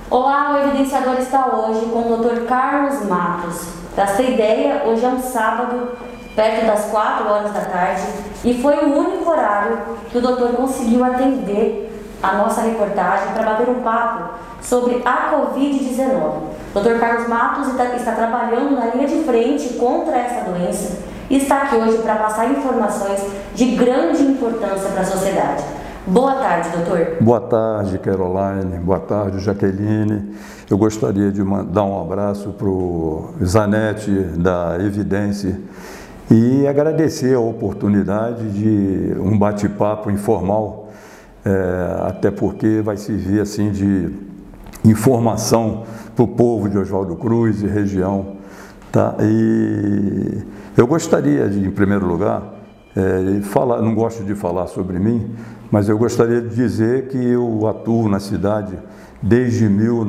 Olá, o Evidenciador está hoje com o Dr. Carlos Matos. Para você ter ideia, hoje é um sábado, perto das 4 horas da tarde, e foi o único horário que o doutor conseguiu atender a nossa reportagem para bater um papo sobre a Covid-19. O Dr. Carlos Matos está trabalhando na linha de frente contra essa doença e está aqui hoje para passar informações de grande importância para a sociedade. Boa tarde, doutor. Boa tarde, Caroline. Boa tarde, Jaqueline. Eu gostaria de dar um abraço para o Zanetti, da Evidência, e agradecer a oportunidade de um bate-papo informal, até porque vai servir assim de informação para o povo de Oswaldo Cruz e região. Tá? E eu gostaria de, em primeiro lugar, falar, não gosto de falar sobre mim, mas eu gostaria de dizer que eu atuo na cidade desde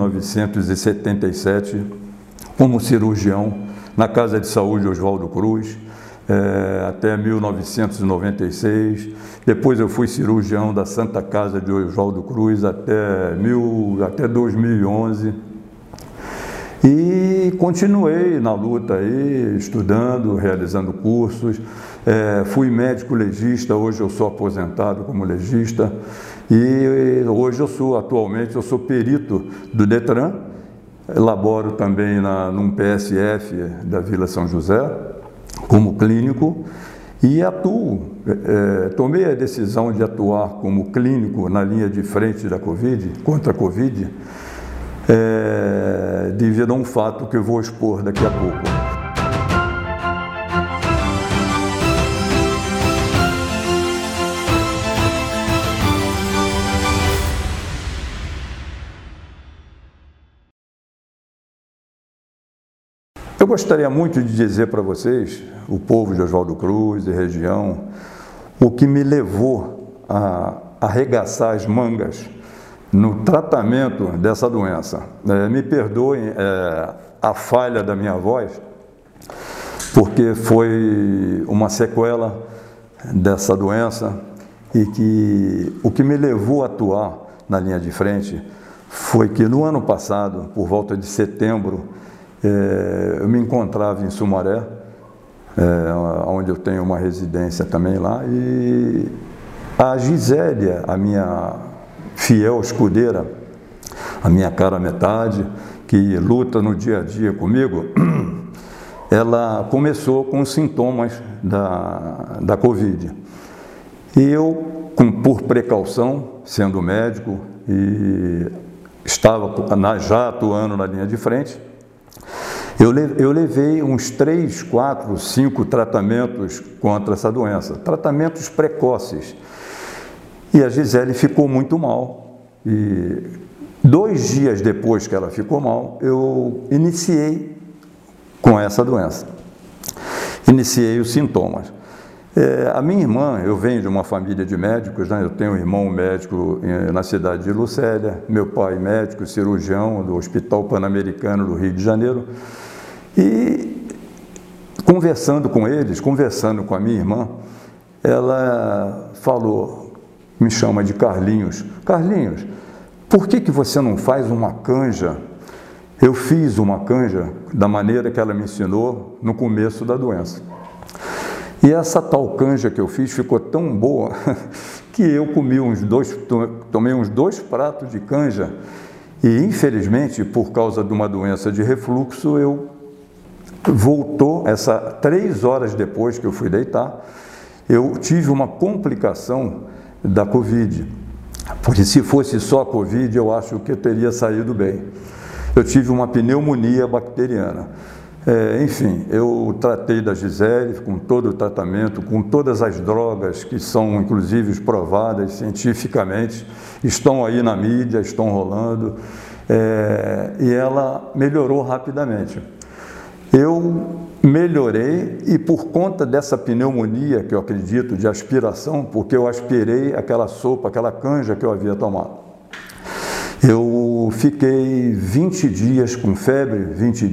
1977 como cirurgião na Casa de Saúde Oswaldo Cruz, até 1996. Depois eu fui cirurgião da Santa Casa de Oswaldo Cruz até 2011. E continuei na luta aí, estudando, realizando cursos. Fui médico legista, hoje eu sou aposentado como legista. E hoje atualmente eu sou perito do Detran, laboro também num PSF da Vila São José, como clínico, e atuo. Tomei a decisão de atuar como clínico na linha de frente da Covid, contra a Covid, devido a um fato que eu vou expor daqui a pouco. Eu gostaria muito de dizer para vocês, o povo de Oswaldo Cruz e região, o que me levou a arregaçar as mangas no tratamento dessa doença. Me perdoem a falha da minha voz, porque foi uma sequela dessa doença, e que o que me levou a atuar na linha de frente foi que no ano passado, por volta de setembro, eu me encontrava em Sumaré, onde eu tenho uma residência também lá, e a Gisélia, a minha fiel escudeira, a minha cara metade, que luta no dia a dia comigo, ela começou com sintomas da Covid. E eu, por precaução, sendo médico, e estava já atuando na linha de frente, eu levei uns 3, 4, 5 tratamentos contra essa doença, tratamentos precoces. E a Gisele ficou muito mal. E 2 dias depois que ela ficou mal, eu iniciei com essa doença. Iniciei os sintomas. A minha irmã, eu venho de uma família de médicos, né? Eu tenho um irmão médico na cidade de Lucélia, meu pai médico, cirurgião do Hospital Pan-Americano do Rio de Janeiro. E conversando com eles, conversando com a minha irmã, ela falou, me chama de Carlinhos. Carlinhos, por que você não faz uma canja? Eu fiz uma canja da maneira que ela me ensinou no começo da doença. E essa tal canja que eu fiz ficou tão boa que eu tomei uns 2 pratos de canja, e infelizmente, por causa de uma doença de refluxo, voltou 3 horas depois que eu fui deitar, eu tive uma complicação da Covid. Porque se fosse só a Covid, eu acho que eu teria saído bem. Eu tive uma pneumonia bacteriana. Enfim, eu tratei da Gisele com todo o tratamento, com todas as drogas que são, inclusive, provadas cientificamente, estão aí na mídia, estão rolando, e ela melhorou rapidamente. Eu melhorei, e por conta dessa pneumonia, que eu acredito, de aspiração, porque eu aspirei aquela sopa, aquela canja que eu havia tomado, eu fiquei 20 dias com febre,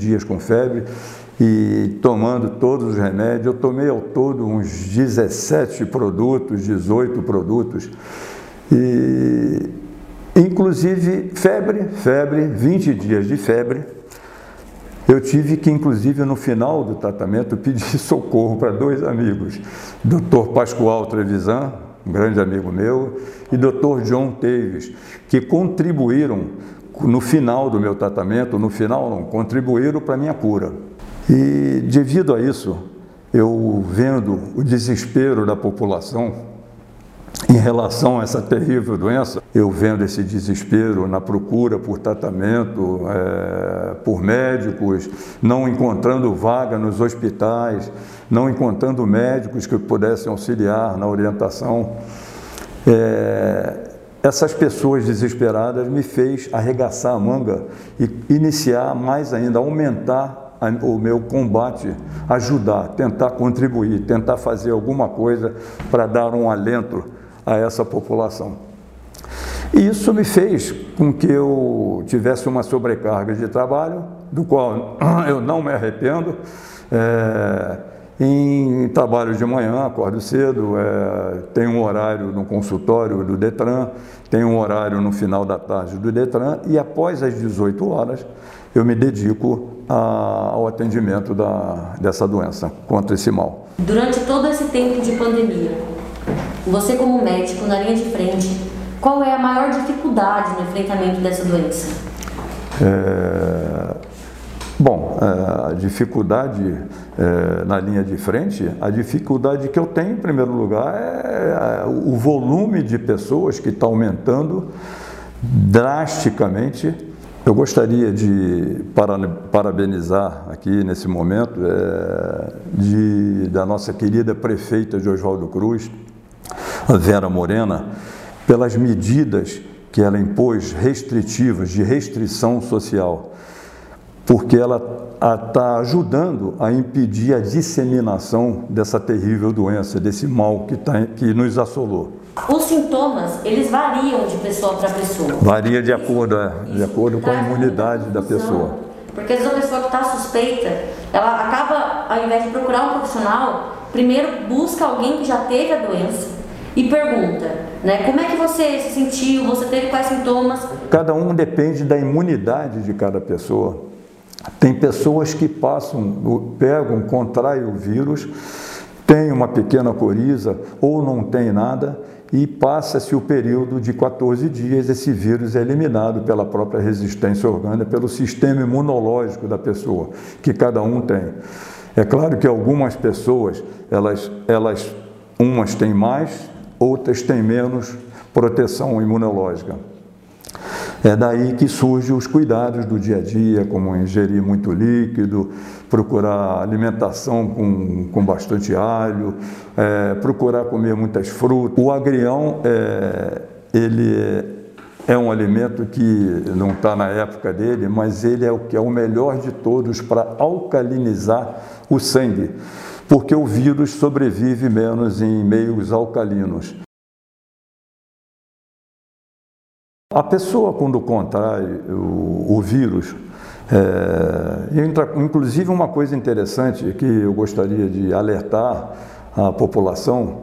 e tomando todos os remédios. Eu tomei ao todo uns 17 produtos, 18 produtos, e Inclusive febre, 20 dias de febre. Eu tive que, inclusive, no final do tratamento, pedir socorro para 2 amigos, Dr. Pascoal Trevisan, um grande amigo meu, e Dr. John Teves, que contribuíram no final do meu tratamento, contribuíram para a minha cura. E devido a isso, eu vendo o desespero da população em relação a essa terrível doença, eu vendo esse desespero na procura por tratamento, por médicos, não encontrando vaga nos hospitais, não encontrando médicos que pudessem auxiliar na orientação, essas pessoas desesperadas me fez arregaçar a manga e iniciar mais ainda, aumentar o meu combate, ajudar, tentar contribuir, tentar fazer alguma coisa para dar um alento a essa população. E isso me fez com que eu tivesse uma sobrecarga de trabalho, do qual eu não me arrependo. Em trabalho de manhã, acordo cedo, tenho um horário no consultório do Detran, tenho um horário no final da tarde do Detran e após as 18 horas eu me dedico ao atendimento dessa doença, contra esse mal. Durante todo esse tempo de pandemia, você como médico na linha de frente, qual é a maior dificuldade no enfrentamento dessa doença? A dificuldade na linha de frente, a dificuldade que eu tenho em primeiro lugar é o volume de pessoas que está aumentando drasticamente. Eu gostaria de parabenizar aqui nesse momento da nossa querida prefeita de Oswaldo Cruz, a Vera Morena, pelas medidas que ela impôs restritivas, de restrição social, porque ela está ajudando a impedir a disseminação dessa terrível doença, desse mal que nos assolou. Os sintomas, eles variam de pessoa para pessoa. Varia de acordo com a imunidade da pessoa. Porque às vezes a pessoa que está suspeita, ela acaba, ao invés de procurar um profissional, primeiro busca alguém que já teve a doença e pergunta, né, como é que você se sentiu, você teve quais sintomas? Cada um depende da imunidade de cada pessoa. Tem pessoas que contraem o vírus, tem uma pequena coriza ou não tem nada e passa-se o período de 14 dias, esse vírus é eliminado pela própria resistência orgânica, pelo sistema imunológico da pessoa, que cada um tem. É claro que algumas pessoas, umas têm mais, outras têm menos proteção imunológica. É daí que surgem os cuidados do dia a dia, como ingerir muito líquido, procurar alimentação com bastante alho, procurar comer muitas frutas. O agrião, ele é um alimento que não está na época dele, mas ele é o que é o melhor de todos para alcalinizar o sangue, porque o vírus sobrevive menos em meios alcalinos. A pessoa, quando contrai o vírus, inclusive uma coisa interessante que eu gostaria de alertar a população,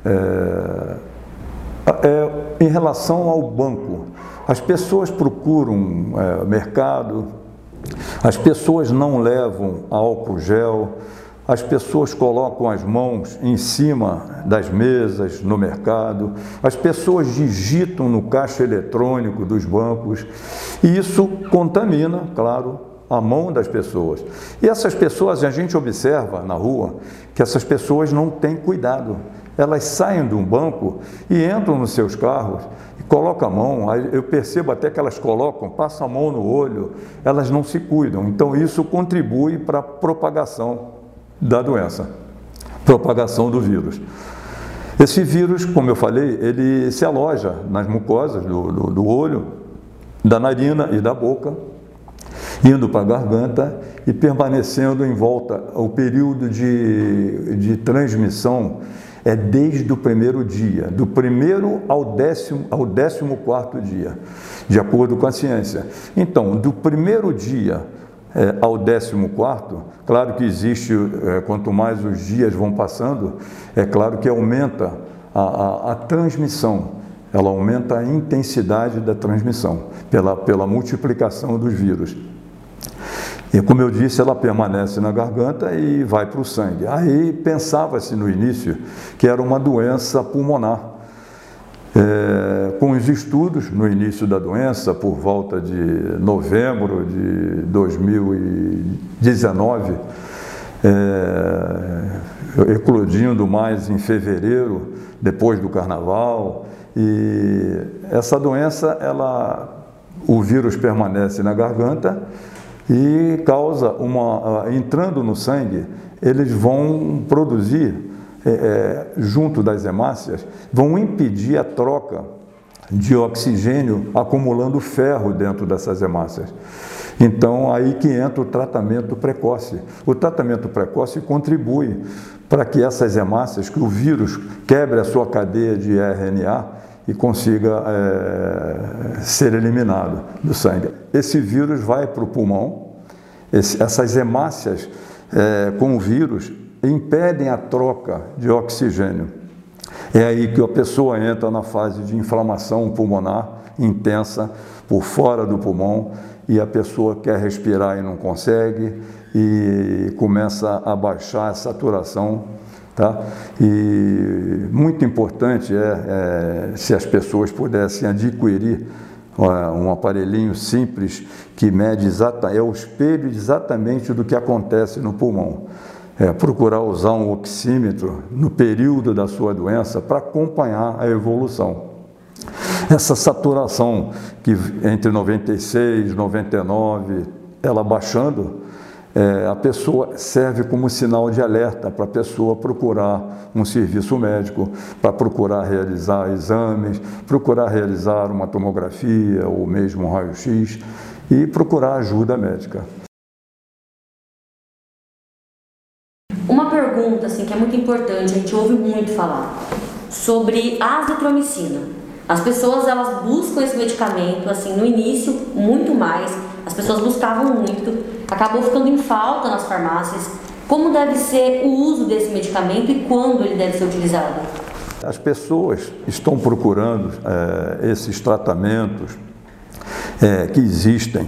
em relação ao banco. As pessoas procuram mercado, as pessoas não levam álcool gel, as pessoas colocam as mãos em cima das mesas no mercado, as pessoas digitam no caixa eletrônico dos bancos e isso contamina, claro, a mão das pessoas. E essas pessoas, a gente observa na rua que essas pessoas não têm cuidado. Elas saem de um banco e entram nos seus carros e colocam a mão, eu percebo até que elas passam a mão no olho, elas não se cuidam. Então isso contribui para a propagação da doença, propagação do vírus. Esse vírus, como eu falei, ele se aloja nas mucosas do olho, da narina e da boca, indo para a garganta e permanecendo em volta. O período de transmissão é desde o primeiro dia, do primeiro ao 14º dia, de acordo com a ciência. Então, do primeiro dia ao 14º, claro que existe, quanto mais os dias vão passando, é claro que aumenta a transmissão. ela aumenta a intensidade da transmissão, pela multiplicação dos vírus. E como eu disse, ela permanece na garganta e vai para o sangue. Aí pensava-se no início que era uma doença pulmonar. Com os estudos no início da doença, por volta de novembro de 2019, eclodindo mais em fevereiro, depois do carnaval, e essa doença, o vírus permanece na garganta e causa entrando no sangue, eles vão produzir, junto das hemácias, vão impedir a troca de oxigênio acumulando ferro dentro dessas hemácias. Então, aí que entra o tratamento precoce. O tratamento precoce contribui para que essas hemácias, que o vírus quebre a sua cadeia de RNA e consiga ser eliminado do sangue. Esse vírus vai para o pulmão, essas hemácias com o vírus impedem a troca de oxigênio. É aí que a pessoa entra na fase de inflamação pulmonar intensa por fora do pulmão e a pessoa quer respirar e não consegue e começa a baixar a saturação, tá? E muito importante se as pessoas pudessem adquirir um aparelhinho simples que mede o espelho exatamente do que acontece no pulmão. Procurar usar um oxímetro no período da sua doença para acompanhar a evolução. Essa saturação que entre 96 e 99, ela baixando, a pessoa serve como sinal de alerta para a pessoa procurar um serviço médico, para procurar realizar exames, procurar realizar uma tomografia ou mesmo um raio-x e procurar ajuda médica. Uma pergunta assim, que é muito importante, a gente ouve muito falar, sobre a azitromicina. As pessoas, elas buscam esse medicamento, assim, no início, muito mais, as pessoas buscavam muito, acabou ficando em falta nas farmácias. Como deve ser o uso desse medicamento e quando ele deve ser utilizado? As pessoas estão procurando esses tratamentos que existem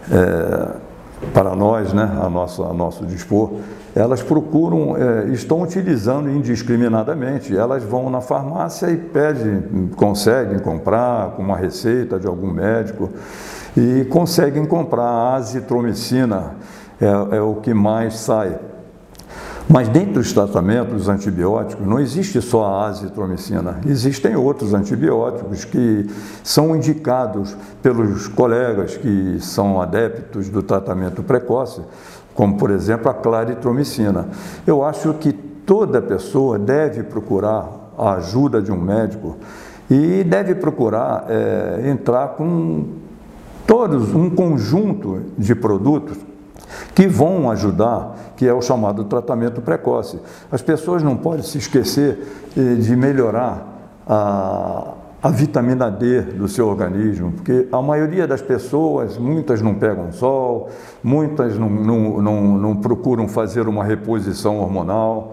para nós, né, a nosso dispor. Elas procuram, estão utilizando indiscriminadamente. Elas vão na farmácia e conseguem comprar com uma receita de algum médico e conseguem comprar a azitromicina, é o que mais sai. Mas dentro dos tratamentos antibióticos não existe só a azitromicina, existem outros antibióticos que são indicados pelos colegas que são adeptos do tratamento precoce, como, por exemplo, a claritromicina. Eu acho que toda pessoa deve procurar a ajuda de um médico e deve procurar entrar com um conjunto de produtos que vão ajudar, que é o chamado tratamento precoce. As pessoas não podem se esquecer de melhorar a vitamina D do seu organismo, porque a maioria das pessoas, muitas não pegam sol, muitas não procuram fazer uma reposição hormonal,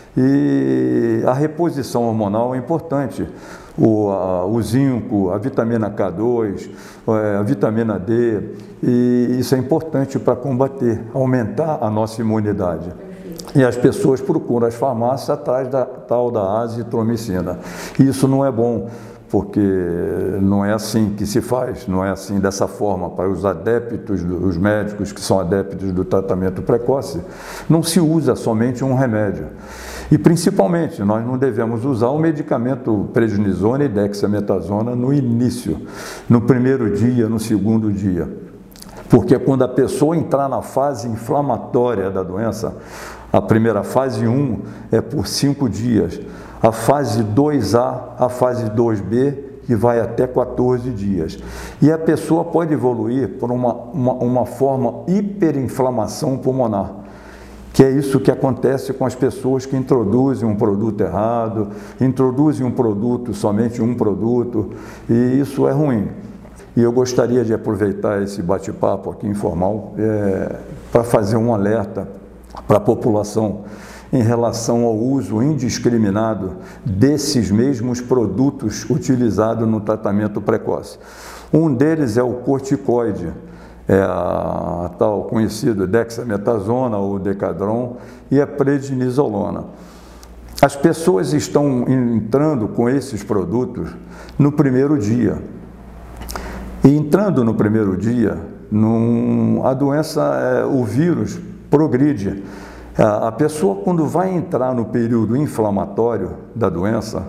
e a reposição hormonal é importante. O zinco, a vitamina K2, a vitamina D, e isso é importante para combater, aumentar a nossa imunidade. E as pessoas procuram as farmácias atrás da tal da azitromicina. Isso não é bom, porque não é assim que se faz, não é assim dessa forma. Para os adeptos, os médicos que são adeptos do tratamento precoce, não se usa somente um remédio. E principalmente, nós não devemos usar o medicamento prednisona e dexametasona no início, no primeiro dia, no segundo dia. Porque quando a pessoa entrar na fase inflamatória da doença, a primeira fase 1 é por 5 dias, a fase 2A, a fase 2B, que vai até 14 dias. E a pessoa pode evoluir por uma forma hiperinflamação pulmonar, que é isso que acontece com as pessoas que introduzem um produto errado, introduzem um produto, somente um produto, e isso é ruim. E eu gostaria de aproveitar esse bate-papo aqui informal para fazer um alerta para a população em relação ao uso indiscriminado desses mesmos produtos utilizados no tratamento precoce. Um deles é o corticoide, a tal conhecida dexametasona ou decadron, e a prednisolona. As pessoas estão entrando com esses produtos no primeiro dia. E entrando no primeiro dia, a doença, o vírus progride. A pessoa, quando vai entrar no período inflamatório da doença,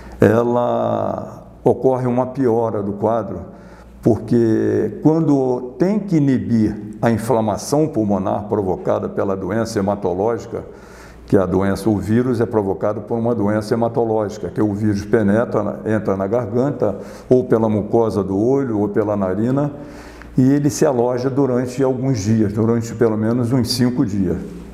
ocorre uma piora do quadro, porque quando tem que inibir a inflamação pulmonar provocada pela doença hematológica, que a doença, o vírus é provocado por uma doença hematológica, que o vírus entra na garganta, ou pela mucosa do olho, ou pela narina, e ele se aloja durante alguns dias, durante pelo menos uns 5 dias.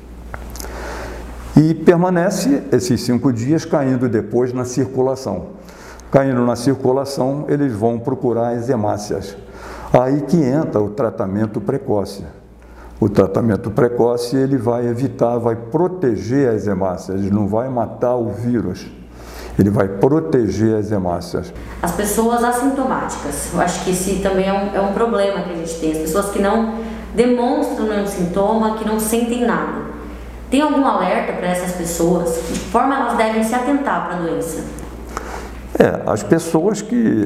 E permanece esses 5 dias caindo depois na circulação. Caindo na circulação, eles vão procurar as hemácias. Aí que entra o tratamento precoce. O tratamento precoce, ele vai evitar, vai proteger as hemácias, ele não vai matar o vírus, ele vai proteger as hemácias. As pessoas assintomáticas, eu acho que esse também é um problema que a gente tem, as pessoas que não demonstram nenhum sintoma, que não sentem nada. Tem algum alerta para essas pessoas? De que forma elas devem se atentar para a doença? As pessoas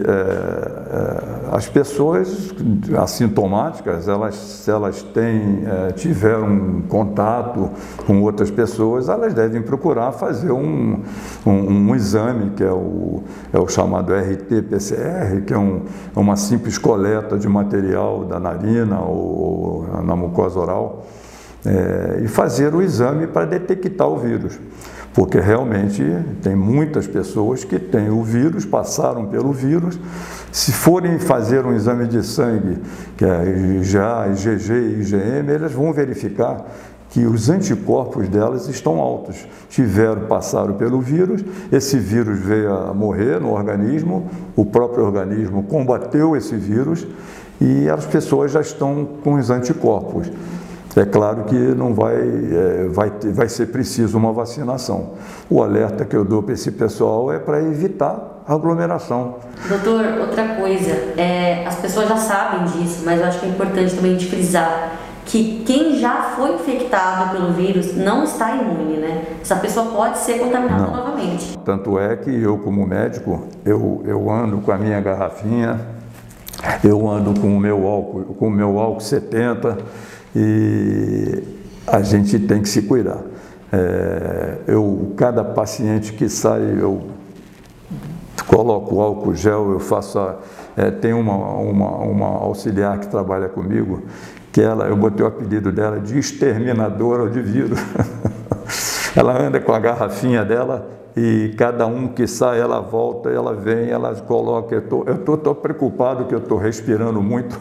assintomáticas, se elas tiveram contato com outras pessoas, elas devem procurar fazer um exame, que é o chamado RT-PCR, que é uma simples coleta de material da narina ou na mucosa oral, e fazer o exame para detectar o vírus. Porque realmente tem muitas pessoas que têm o vírus, passaram pelo vírus. Se forem fazer um exame de sangue, que é IgA, IgG e IgM, eles vão verificar que os anticorpos delas estão altos. Passaram pelo vírus, esse vírus veio a morrer no organismo, o próprio organismo combateu esse vírus e as pessoas já estão com os anticorpos. É claro que não vai ser preciso uma vacinação. O alerta que eu dou para esse pessoal é para evitar aglomeração. Doutor, outra coisa, as pessoas já sabem disso, mas eu acho que é importante também de frisar que quem já foi infectado pelo vírus não está imune, né? Essa pessoa pode ser contaminada novamente. Tanto é que eu, como médico, eu ando com a minha garrafinha, eu ando com o meu álcool 70, e a gente tem que se cuidar. Cada paciente que sai, eu coloco o álcool gel, eu faço tem uma auxiliar que trabalha comigo, que eu botei o apelido dela de exterminadora de vírus. Ela anda com a garrafinha dela e cada um que sai, ela volta, ela vem, ela coloca. Eu tô preocupado que eu estou respirando muito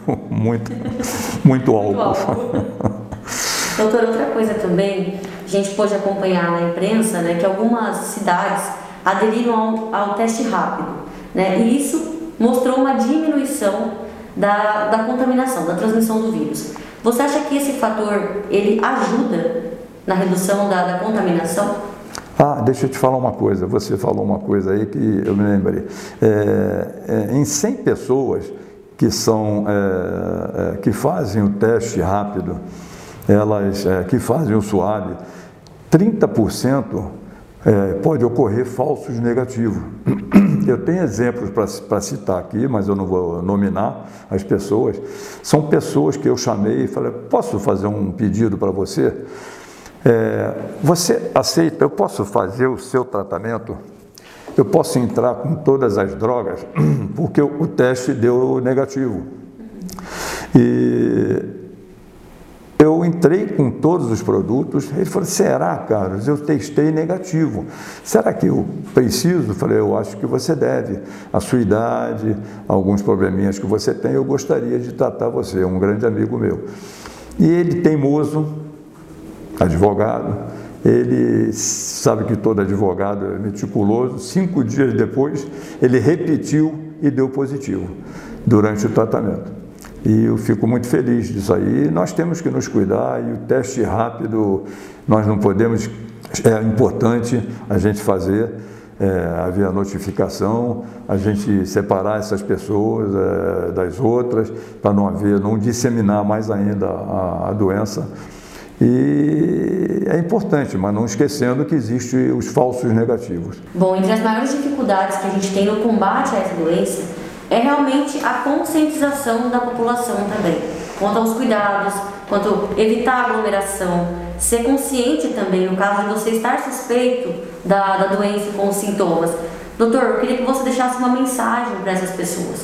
álcool. Doutor, outra coisa também, a gente pôde acompanhar na imprensa, né, que algumas cidades aderiram ao teste rápido, né, e isso mostrou uma diminuição da contaminação, da transmissão do vírus. Você acha que esse fator, ele ajuda na redução da contaminação? Deixa eu te falar uma coisa, você falou uma coisa aí que eu me lembrei. Em 100 pessoas que fazem o teste rápido, que fazem o SUAB, 30% pode ocorrer falsos negativos. Eu tenho exemplos para citar aqui, mas eu não vou nominar as pessoas. São pessoas que eu chamei e falei, posso fazer um pedido para você? Você aceita, eu posso fazer o seu tratamento? Eu posso entrar com todas as drogas? Porque o teste deu negativo. E eu entrei com todos os produtos. Ele falou, será, Carlos? Eu testei negativo. Será que eu preciso? Eu falei, eu acho que você deve. A sua idade, alguns probleminhas que você tem, eu gostaria de tratar você. É um grande amigo meu. E ele, teimoso, advogado, ele sabe que todo advogado é meticuloso. 5 dias depois, ele repetiu e deu positivo durante o tratamento. E eu fico muito feliz disso aí. Nós temos que nos cuidar e o teste rápido, nós não podemos é importante a gente fazer, haver a notificação, a gente separar essas pessoas das outras, para não disseminar mais ainda a doença. E é importante, mas não esquecendo que existem os falsos negativos. Bom, entre as maiores dificuldades que a gente tem no combate a essa doença é realmente a conscientização da população também, quanto aos cuidados, quanto evitar aglomeração, ser consciente também no caso de você estar suspeito da doença com os sintomas. Doutor, eu queria que você deixasse uma mensagem para essas pessoas.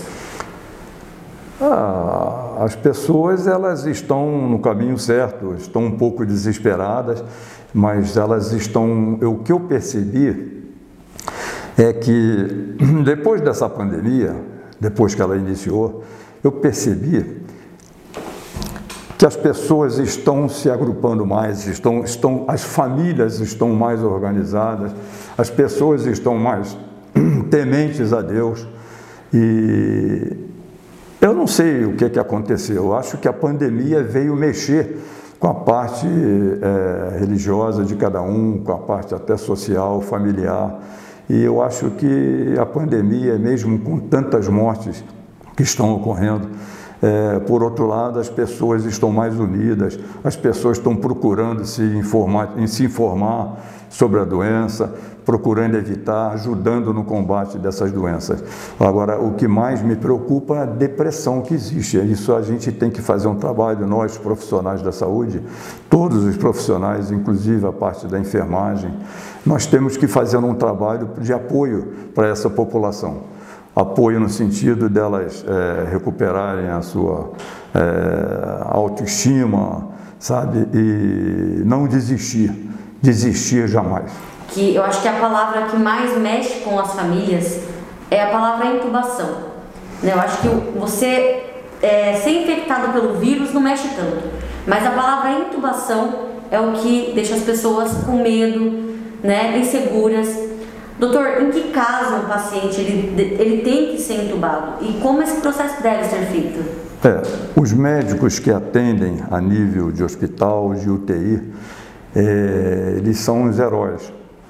As pessoas, elas estão no caminho certo, estão um pouco desesperadas, mas elas estão... O que eu percebi é que depois dessa pandemia, depois que ela iniciou, eu percebi que as pessoas estão se agrupando mais, as famílias estão mais organizadas, as pessoas estão mais tementes a Deus. E eu não sei o que aconteceu, eu acho que a pandemia veio mexer com a parte religiosa de cada um, com a parte até social, familiar. E eu acho que a pandemia, mesmo com tantas mortes que estão ocorrendo, por outro lado, as pessoas estão mais unidas, as pessoas estão procurando se informar sobre a doença, procurando evitar, ajudando no combate dessas doenças. Agora, o que mais me preocupa é a depressão que existe. Isso a gente tem que fazer um trabalho, nós profissionais da saúde, todos os profissionais, inclusive a parte da enfermagem, nós temos que fazer um trabalho de apoio para essa população. Apoio no sentido delas recuperarem a sua autoestima, sabe? E não desistir jamais. Que eu acho que a palavra que mais mexe com as famílias é a palavra intubação. Eu acho que você ser infectado pelo vírus não mexe tanto, mas a palavra intubação é o que deixa as pessoas com medo, inseguras. Doutor, em que caso um paciente ele tem que ser intubado e como esse processo deve ser feito? Os médicos que atendem a nível de hospital, de UTI, eles são os heróis.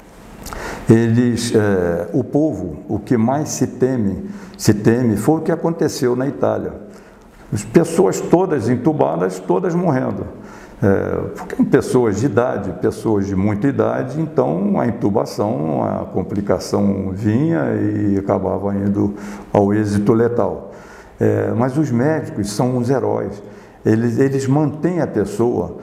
O povo, o que mais se teme foi o que aconteceu na Itália. As pessoas todas intubadas, todas morrendo. Porque pessoas de idade, pessoas de muita idade, então a intubação, a complicação vinha e acabava indo ao êxito letal. Mas os médicos são os heróis. Eles mantêm a pessoa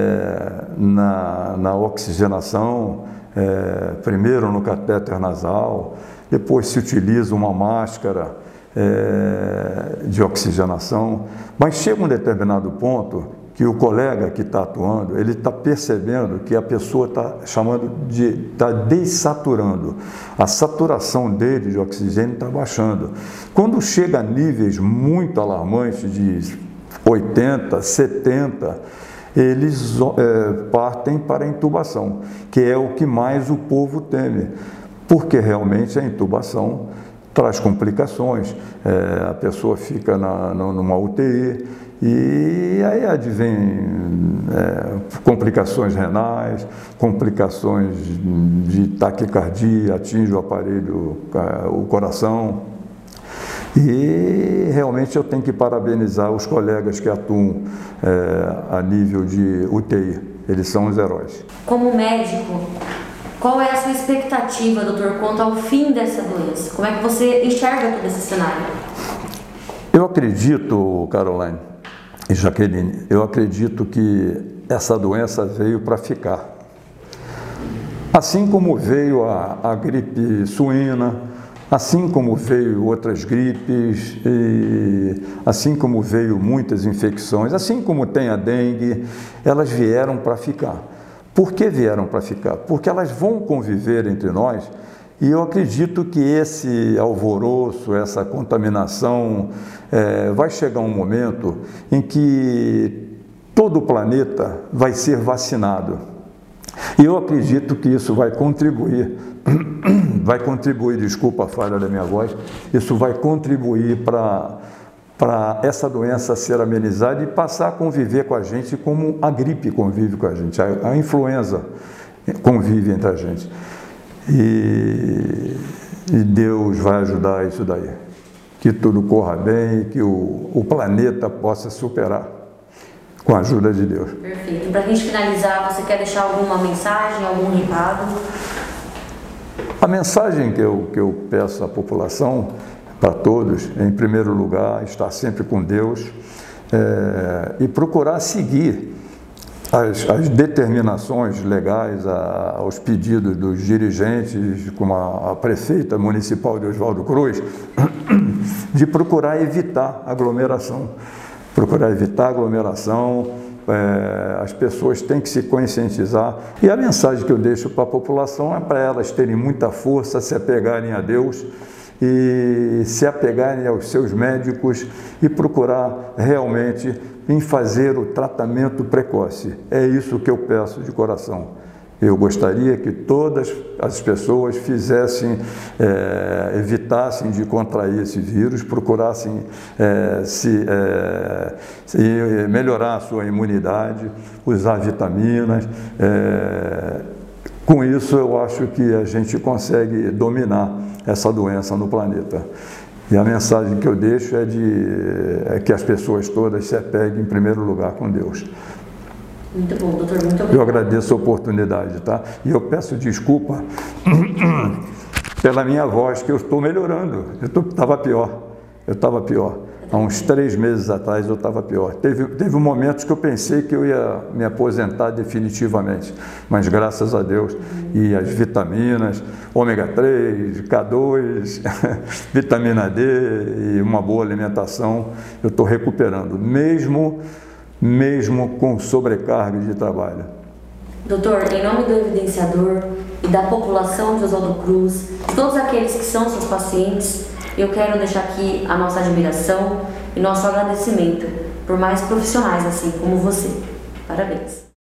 na oxigenação, primeiro no catéter nasal, depois se utiliza uma máscara de oxigenação, mas chega um determinado ponto que o colega que está atuando, ele está percebendo que a pessoa está desaturando. A saturação dele de oxigênio está baixando. Quando chega a níveis muito alarmantes de 80, 70, eles partem para a intubação, que é o que mais o povo teme, porque realmente a intubação traz complicações, a pessoa fica numa UTI, e aí advém complicações renais, complicações de taquicardia, atinge o aparelho, o coração. E realmente eu tenho que parabenizar os colegas que atuam a nível de UTI, eles são os heróis. Como médico, qual é a sua expectativa, doutor, quanto ao fim dessa doença? Como é que você enxerga todo esse cenário? Eu acredito, Caroline e Jaqueline, eu acredito que essa doença veio para ficar. Assim como veio a gripe suína, assim como veio outras gripes, e assim como veio muitas infecções, assim como tem a dengue, elas vieram para ficar. Por que vieram para ficar? Porque elas vão conviver entre nós. E eu acredito que esse alvoroço, essa contaminação, vai chegar um momento em que todo o planeta vai ser vacinado. E eu acredito que isso vai contribuir, desculpa a falha da minha voz, isso vai contribuir para essa doença ser amenizada e passar a conviver com a gente como a gripe convive com a gente, a influenza. convive entre a gente. E Deus vai ajudar isso daí. Que tudo corra bem e que o planeta possa superar com a ajuda de Deus. Perfeito. Para a gente finalizar, você quer deixar alguma mensagem, algum recado? A mensagem que eu peço à população, para todos, em primeiro lugar, estar sempre com Deus e procurar seguir as determinações legais aos pedidos dos dirigentes, como a prefeita municipal de Oswaldo Cruz, de procurar evitar aglomeração. Procurar evitar aglomeração, as pessoas têm que se conscientizar. E a mensagem que eu deixo para a população é para elas terem muita força, se apegarem a Deus e se apegarem aos seus médicos e procurar realmente em fazer o tratamento precoce. É isso que eu peço de coração. Eu gostaria que todas as pessoas evitassem de contrair esse vírus, procurassem melhorar a sua imunidade, usar vitaminas. Com isso, eu acho que a gente consegue dominar essa doença no planeta. E a mensagem que eu deixo é que as pessoas todas se apeguem em primeiro lugar com Deus. Muito bom, doutor, muito obrigado. Eu agradeço a oportunidade, tá? E eu peço desculpa pela minha voz, que eu estou melhorando. Eu estava pior. Há uns 3 meses atrás eu estava pior. Teve momentos que eu pensei que eu ia me aposentar definitivamente, mas graças a Deus, e as vitaminas, ômega 3, K2, vitamina D e uma boa alimentação, eu estou recuperando, mesmo com sobrecarga de trabalho. Doutor, em nome do evidenciador e da população de Oswaldo Cruz, de todos aqueles que são seus pacientes, eu quero deixar aqui a nossa admiração e nosso agradecimento por mais profissionais assim como você. Parabéns.